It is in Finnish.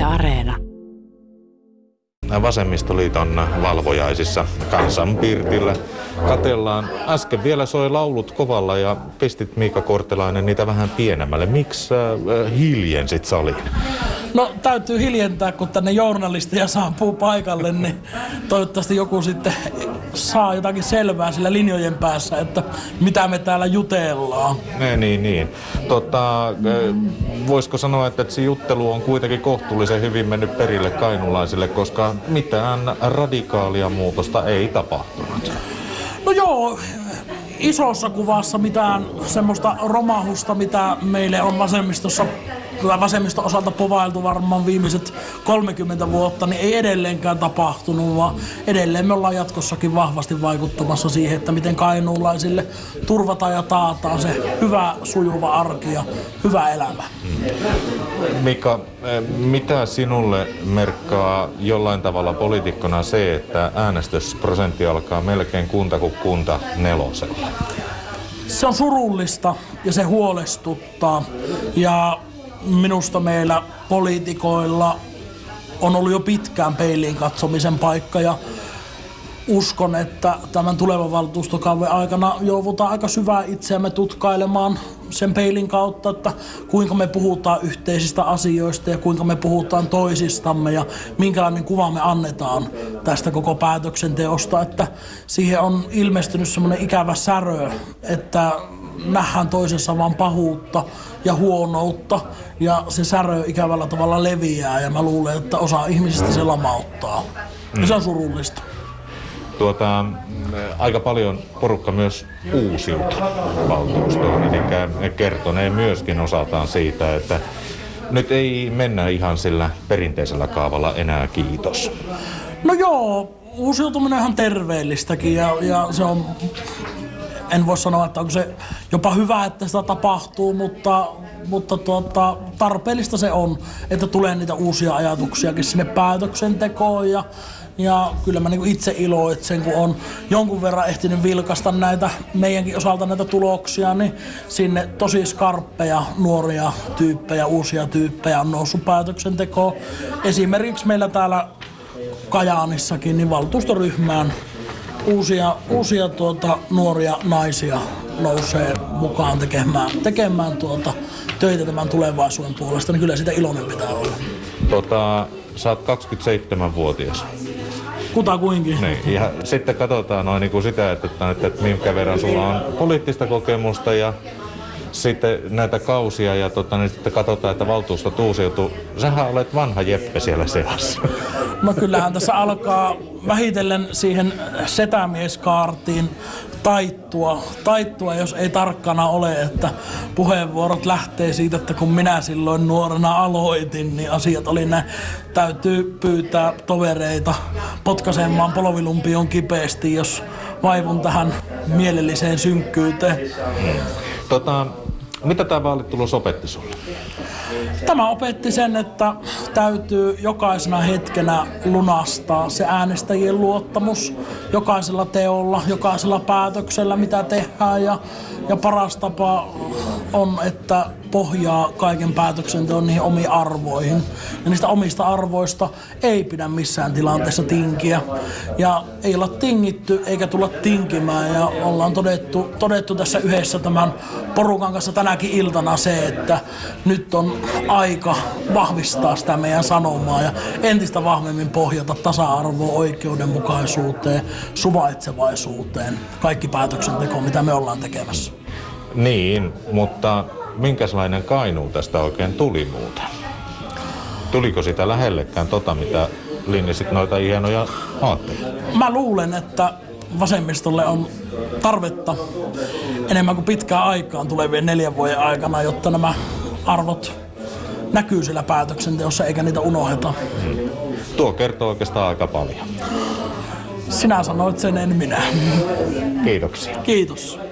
Yle Areena. Vasemmistoliiton valvojaisissa Kansanpirtillä katellaan. Äsken vielä soi laulut kovalla ja pistit, Miika Kortelainen, niitä vähän pienemmälle. Miksi hiljensit saliin? No täytyy hiljentää, kun tänne journalisteja saapuu paikalle, niin toivottavasti joku sitten saa jotakin selvää sillä linjojen päässä, että mitä me täällä jutellaan. Niin. Voisiko sanoa, että se juttelu on kuitenkin kohtuullisen hyvin mennyt perille kainulaisille, koska mitään radikaalia muutosta ei tapahtunut? No joo, isossa kuvassa mitään semmoista romahusta, mitä meille on vasemmiston osalta povailtu varmaan viimeiset 30 vuotta, niin ei edelleenkään tapahtunut, vaan edelleen me ollaan jatkossakin vahvasti vaikuttamassa siihen, että miten kainuulaisille turvataan ja taataan se hyvä sujuva arki ja hyvä elämä. Mika, mitä sinulle merkkaa jollain tavalla poliitikkona se, että äänestysprosentti alkaa melkein kunta kuin kunta nelosella? Se on surullista ja se huolestuttaa. Ja minusta meillä poliitikoilla on ollut jo pitkään peiliin katsomisen paikka ja uskon, että tämän tulevan valtuustokauden aikana joudutaan aika syvään itseämme tutkailemaan sen peilin kautta, että kuinka me puhutaan yhteisistä asioista ja kuinka me puhutaan toisistamme ja minkälainen kuva me annetaan tästä koko päätöksenteosta, että siihen on ilmestynyt semmoinen ikävä särö, että nähdään toisessa vaan pahuutta ja huonoutta ja se särö ikävällä tavalla leviää ja mä luulen, että osa ihmisistä se lamauttaa. Ja se on surullista. Aika paljon porukka myös uusiutui valtuustoon, eli kertoneen myöskin osataan siitä, että nyt ei mennä ihan sillä perinteisellä kaavalla enää, kiitos. No joo, uusiutuminen on ihan terveellistäkin ja se on, en voi sanoa, että onko se jopa hyvä, että sitä tapahtuu, mutta tarpeellista se on, että tulee niitä uusia ajatuksiakin sinne päätöksentekoon ja kyllä mä niinku itse iloitsen, kun on jonkun verran ehtinyt vilkaista näitä meidänkin osalta näitä tuloksia, niin sinne tosi skarppeja, nuoria tyyppejä, uusia tyyppejä on noussut päätöksentekoon. Esimerkiksi meillä täällä Kajaanissakin niin valtuustoryhmään uusia nuoria naisia nousee mukaan tekemään töitä tämän tulevaisuuden puolesta, niin kyllä sitä iloinen pitää olla. Sä oot 27-vuotias. Kutakuinkin. Niin, ja sitten katsotaan noin niin kuin sitä, että minkä verran sulla on poliittista kokemusta ja sitten näitä kausia ja niin sitten katsotaan, että valtuustot uusiutuu. Sähän olet vanha Jeppe siellä seassa. No kyllähän tässä alkaa vähitellen siihen setämieskaartiin taittua, jos ei tarkkana ole, että puheenvuorot lähtee siitä, että kun minä silloin nuorena aloitin, niin asiat oli näin. Täytyy pyytää tovereita potkaisemaan polvilumpion kipeästi, jos vaivun tähän mielelliseen synkkyyteen. Mitä tämä vaalitulos opetti sulle? Tämä opetti sen, että täytyy jokaisena hetkenä lunastaa se äänestäjien luottamus jokaisella teolla, jokaisella päätöksellä, mitä tehdään. Ja paras tapa on, että pohjaa kaiken päätöksenteon niihin omiin arvoihin. Ja niistä omista arvoista ei pidä missään tilanteessa tinkiä. Ja ei olla tingitty eikä tulla tinkimään. Ja ollaan todettu tässä yhdessä tämän porukan kanssa tänäkin iltana se, että nyt on aika vahvistaa sitä meidän sanomaa ja entistä vahvemmin pohjata tasa-arvoon, oikeudenmukaisuuteen, suvaitsevaisuuteen, kaikki päätöksenteko, mitä me ollaan tekemässä. Niin, mutta minkälainen Kainuu tästä oikein tuli muuten? Tuliko sitä lähellekään mitä linjasit noita hienoja aatteita? Mä luulen, että vasemmistolle on tarvetta enemmän kuin pitkään aikaan tulevien 4 vuoden aikana, jotta nämä arvot näkyy siellä päätöksenteossa eikä niitä unoheta. Tuo kertoo oikeastaan aika paljon. Sinä sanoit sen, en minä. Kiitoksia. Kiitos.